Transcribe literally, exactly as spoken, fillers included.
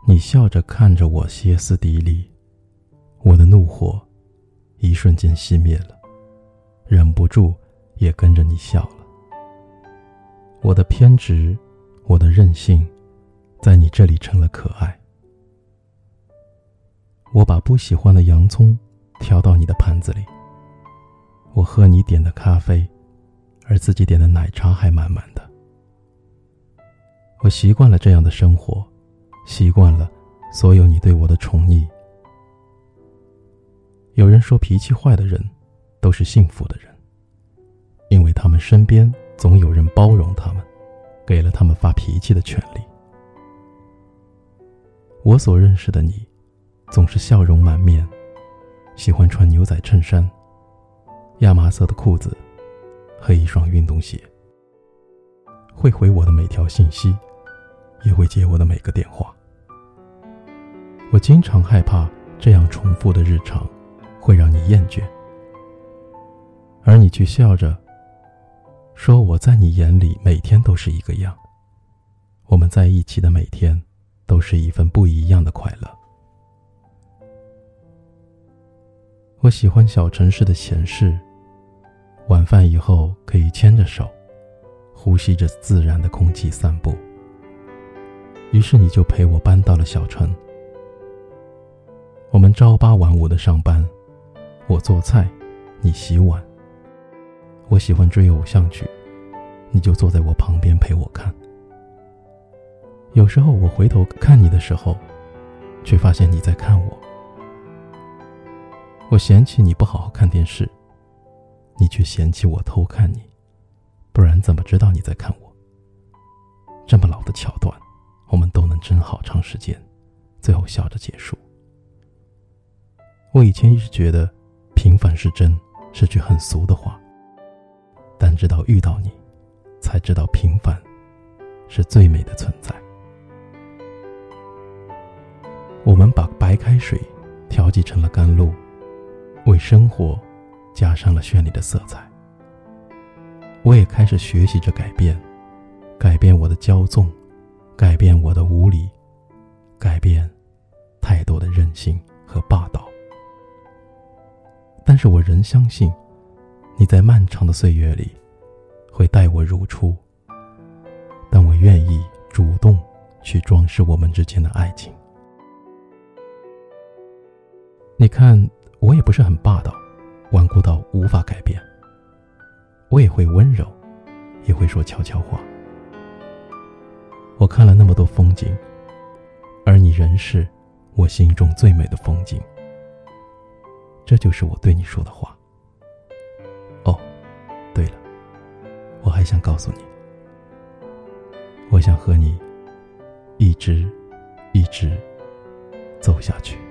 你笑着看着我歇斯底里，我的怒火一瞬间熄灭了，忍不住也跟着你笑了。我的偏执，我的任性，在你这里成了可爱。我把不喜欢的洋葱挑到你的盘子里，我喝你点的咖啡，而自己点的奶茶还满满的。我习惯了这样的生活，习惯了所有你对我的宠溺。有人说脾气坏的人都是幸福的人，因为他们身边总有人包容他们，给了他们发脾气的权利。我所认识的你总是笑容满面，喜欢穿牛仔衬衫、亚麻色的裤子和一双运动鞋，会回我的每条信息，也会接我的每个电话。我经常害怕这样重复的日常会让你厌倦，而你却笑着说我在你眼里每天都是一个样，我们在一起的每天都是一份不一样的快乐。我喜欢小城市的闲适，晚饭以后可以牵着手，呼吸着自然的空气散步。于是你就陪我搬到了小城。我们朝八晚五的上班，我做菜，你洗碗。我喜欢追偶像剧，你就坐在我旁边陪我看。有时候我回头看你的时候，却发现你在看我。我嫌弃你不好好看电视，你却嫌弃我偷看你，不然怎么知道你在看我？这么老的桥段，我们都能争好长时间，最后笑着结束。我以前一直觉得平凡是真，是句很俗的话，但直到遇到你，才知道平凡是最美的存在。我们把白开水调剂成了甘露，为生活加上了绚丽的色彩。我也开始学习着改变，改变我的骄纵，改变我的无理，改变太多的任性和霸道。但是我仍相信，你在漫长的岁月里会带我如初，但我愿意主动去装饰我们之间的爱情。你看，我也不是很霸道，顽固到无法改变。我也会温柔，也会说悄悄话。我看了那么多风景，而你仍是我心中最美的风景。这就是我对你说的话。哦，对了，我还想告诉你，我想和你一直一直走下去。